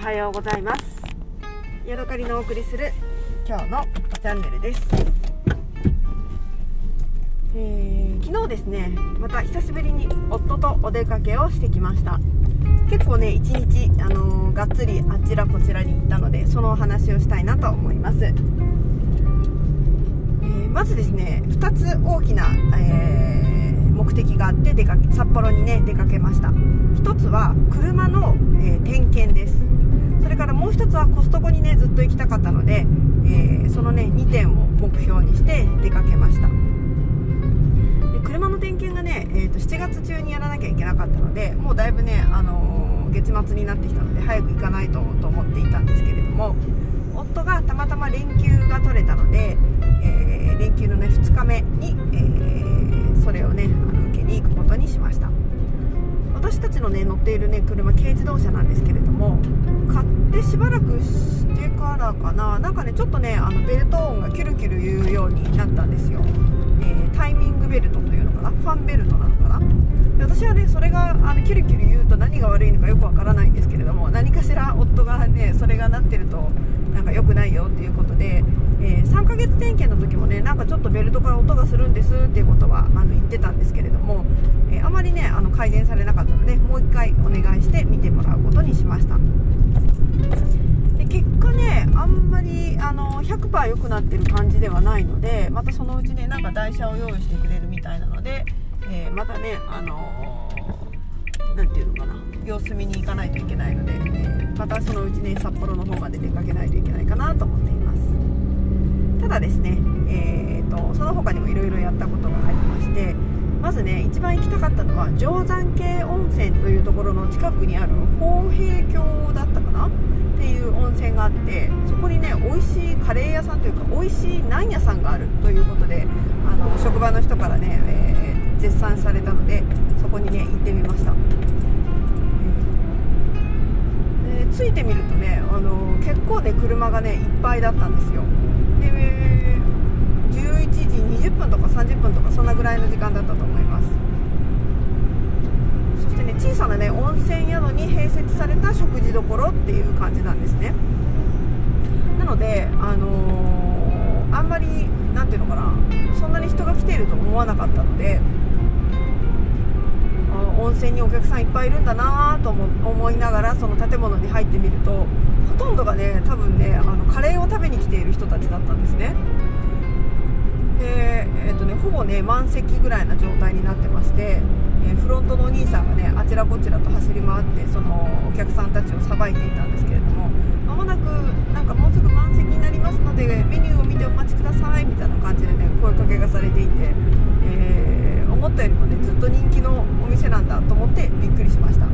はようございます。ヤドカリのお送りする今日のチャンネルです。昨日ですね、また久しぶりに夫とお出かけをしてきました。結構ね、一日がっつりあちらこちらに行ったので、そのお話をしたいなと思います。まずですね、2つ大きな、目的があって札幌にね出かけました。1つは車の、点検です。それからもう1つはコストコにねずっと行きたかったので、そのね2点を目標にして出かけました。で車の点検がね、7月中にやらなきゃいけなかったので、もうだいぶね、月末になってきたので早く行かないと思っていたんですけれども、夫がたまたま連休が取れたので、連休のね2日目に、それをね受けに行くことにしました。私たちのね乗っているね車、軽自動車なんですけれども、買ってしばらくしてからかな、なんかねちょっとねベルト音がキュルキュル言うようになったんですよ。タイミングベルトというのかな、ファンベルトなのかな。で私はねそれがキュルキュル言うと何が悪いのかよくわからないんですけれども、何かしら夫がねそれがなってるとなんか良くないよっていうことで、3ヶ月点検の時もねなんかちょっとベルトから音がするんですっていうことは言ってたんですけれども、あまりね改善されなかったので、もう一回お願いして見てもらうことにしました。で結果ねあんまり100% 良くなってる感じではないので、またそのうちねなんか台車を用意してくれるみたいなので、またねなんていうのかな、様子見に行かないといけないので、またそのうちね札幌の方まで出かけないといけないかなと思っています。ただですね、その他にもいろいろやったことがありまして、まずね一番行きたかったのは定山渓温泉というところの近くにある豊平峡だったかなっていう温泉があって、そこにね美味しいカレー屋さんというか美味しいナン屋さんがあるということで、職場の人からね、絶賛されたのでそこにね行ってみました。着いてみるとね結構ね車がねいっぱいだったんですよ。で11時20分とか30分とかそんなぐらいの時間だったと思います。そしてね小さなね温泉宿に併設された食事処っていう感じなんですね。なのであんまりなんていうのかな、そんなに人が来ていると思わなかったので、温泉にお客さんいっぱいいるんだなと思いながらその建物に入ってみると、ほとんどがね多分ねカレーを食べに来ている人たちだったんですね。でほぼね満席ぐらいな状態になってまして、フロントのお兄さんがねあちらこちらと走り回ってそのお客さんたちをさばいていたんですけれども、間もなくなんかもうすぐ満席になりますのでメニューを見てお待ちくださいみたいな感じでね声かけがされていて、思ったよりもねずっと人気のお店なんだと思ってびっくりしました。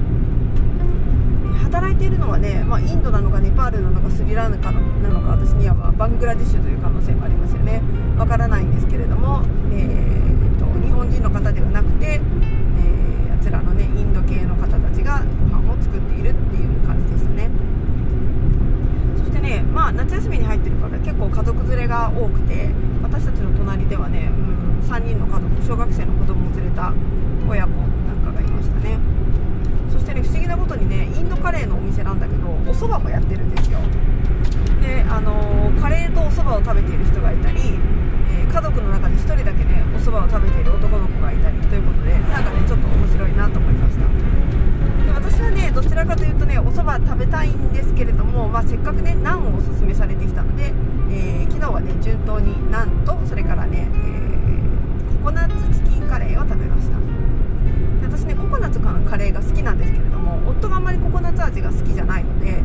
働いているのはね、インドなのかネパールなのかスリランカなのか、私にはバングラディッシュという可能性もありますよね。わからないんですけれども、日本人の方ではなくて、あちらのねインド系の方たちがご飯を作っているっていう感じでしたね。そしてね、夏休みに入ってるから結構家族連れが多くて、私たちの隣ではね、3人の家族、小学生の子供を連れた親子なんかがいましたね。そしてね不思議なことにねインドカレーのお店なんだけどお蕎麦もやってるんですよ。でカレーとお蕎麦を食べている人がいたり、家族の中で1人だけねお蕎麦を食べている男の子がいたりということで、なんかねちょっと面白いなと思いました。で私はねどちらかというとねお蕎麦食べたいんですけれども、せっかくねナンをおすすめされてきたので、昨日はね順当にナンとそれからね、ココナッツチキンカレーを食べました。私ねココナッツカレーが好きなんですけれども、夫があんまりココナッツ味が好きじゃないので、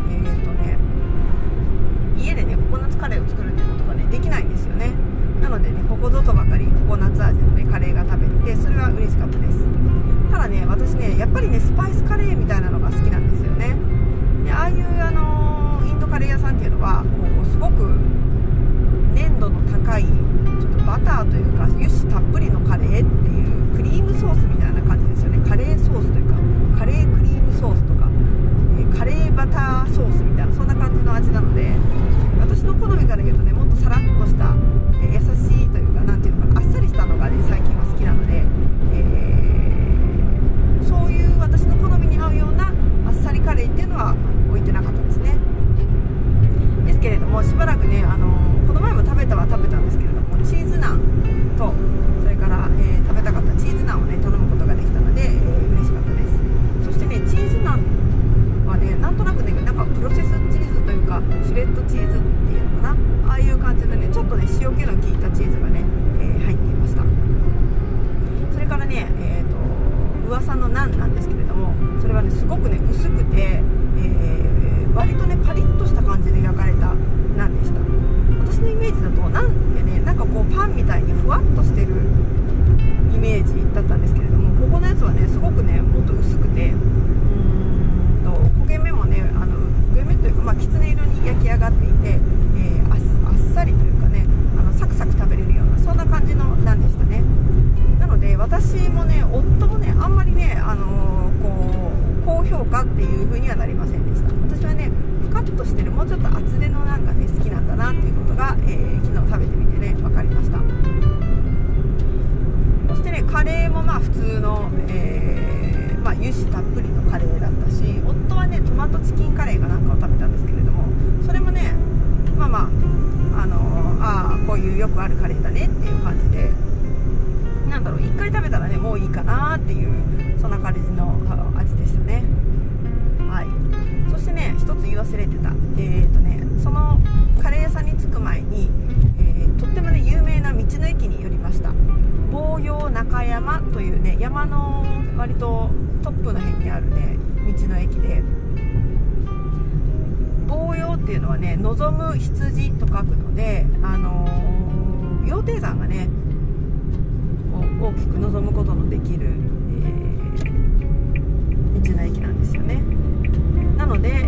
家でねココナッツカレーを作るっていうことがねできないんですよね。なのでねここぞとばかりココナッツ味のねカレーが食べれて、それは嬉しかったです。ただね私ねやっぱりねスパイスカレーみたいなのが好きなんですよね。でああいうインドカレー屋さんっていうのはこうすごく粘度の高いちょっとバターというか油脂たっぷりのカレーっていうクリームソースみたいな感じですよね。カレーソースというかカレークリームソースとか、カレーバターソースみたいなそんな感じの味なので、私の好みから言うとねもっとさらっとした、優しいというかなんていうのかな、あっさりしたのがね最近は好きなので、そういう私の好みに合うようなあっさりカレーっていうのは置いッとしてるイメージだったんですけれども、ここのやつはねすごくねもっと薄くて、焦げ目もね焦げ目というか、きつね色に焼き上がっていて、あっさりというかねサクサク食べれるようなそんな感じのナンでしたね。なので私もね夫もねあんまりね高評価っていう風にはなりませんでした。私はねふかっとしてるもうちょっと厚手のなんかね好きなんだなっていうことが、昨日食べてみてね分かりました。そしてねカレーも普通の、油脂たっぷりのカレーだったし、夫はねトマトチキンカレーかなんかを食べたんですけれども、それもねこういうよくあるカレーだねっていう感じで、1回食べたらねもういいかなっていうそんな感じの味でしたね。はい。そしてね一つ言い忘れてた、そのカレー屋さんに着く前に、とってもね有名な道の駅に寄りました。房陽中山というね山の割とトップの辺にあるね道の駅で、房陽っていうのはね望む羊と書くので、羊蹄山がね大きく望むことのできる、道の駅なんですよね。なので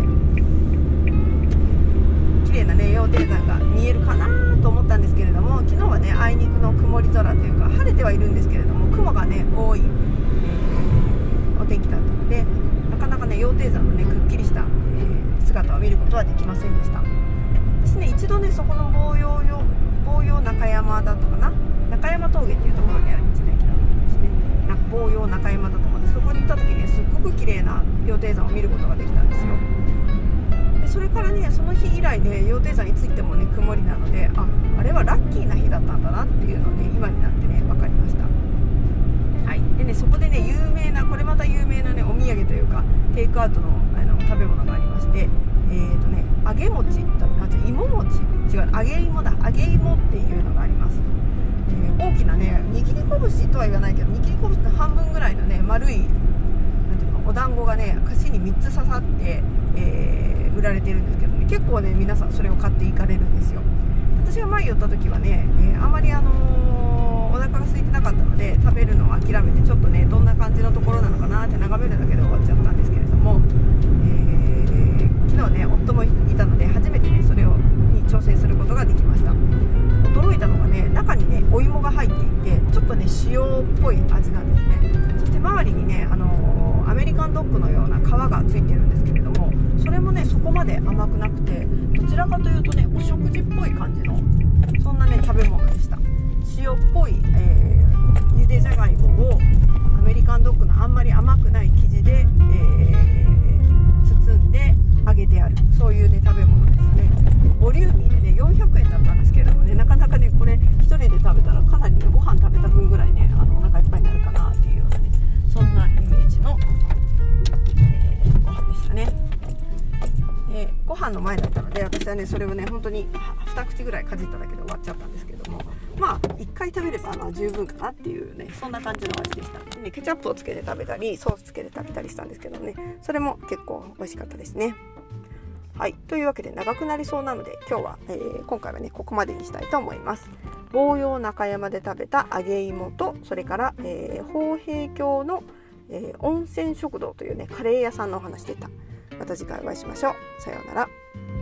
綺麗なね羊蹄山が見えるかなと思ったんですけれども、昨日はねあいにくの曇り空というか晴れてはいるんですけれども雲がね多い、お天気だったのでなかなかね羊蹄山のねくっきりした、姿を見ることはできませんでした。私ね一度ねそこの房陽中山だったかな、中山峠っていうところにある道の駅だったんですね。房陽中山だと思うんです。そこに行った時ねすっごく綺麗な羊蹄山を見ることができたんですよ。でそれからねその日以来ね羊蹄山についてもね曇りなので、あれはラッキーな日だったんだなっていうのをね今になってね分かりました。はい。でねそこでねこれまた有名なねお土産というかテイクアウトの食べ物がありまして、揚げ餅芋餅揚げ芋っていうのがあります。大きなね握り拳とは言わないけど握り拳の半分ぐらいのね丸いお団子がね串に3つ刺さって、売られてるんですけどね、結構ね皆さんそれを買っていかれるんですよ。私が前寄った時はね、あまりお腹が空いてなかったので食べるのを諦めてちょっとねどんな感じのところなのかなって眺めるだけで終わっちゃったんですけれども、昨日ね夫もいたので初めてねそれに挑戦することができました。驚いたのがね中にねお芋が入っていてちょっとね塩っぽい味なんですね。そして周りにねアメリカンドッグのような皮がついてるんですけれども、それもねそこまで甘くなくてどちらかというとねお食事っぽい感じのそんなね食べ物でした。塩っぽい、ゆでじゃがいもをアメリカンドッグのあんまり甘くない生地で、包んで揚げてあるそういうね食べ物ですね。ボリューミーでね400円だったんですけれどもね、なかなかねこれ一人で食べたらかなりねご飯食べた分ぐらいねお腹いっぱいになるかなっていうようなねそんなイメージの、ご飯でしたね。ご飯の前だったので私はねそれをね本当に2口ぐらいかじっただけで終わっちゃったんですけども、1回食べれば十分かなっていうねそんな感じの味でした。でケチャップをつけて食べたりソースつけて食べたりしたんですけどね、それも結構美味しかったですね。はい、というわけで長くなりそうなので今日は、今回はねここまでにしたいと思います。房陽中山で食べた揚げ芋とそれから、豊平峡の、温泉食堂というねカレー屋さんのお話でした。また次回お会いしましょう。さようなら。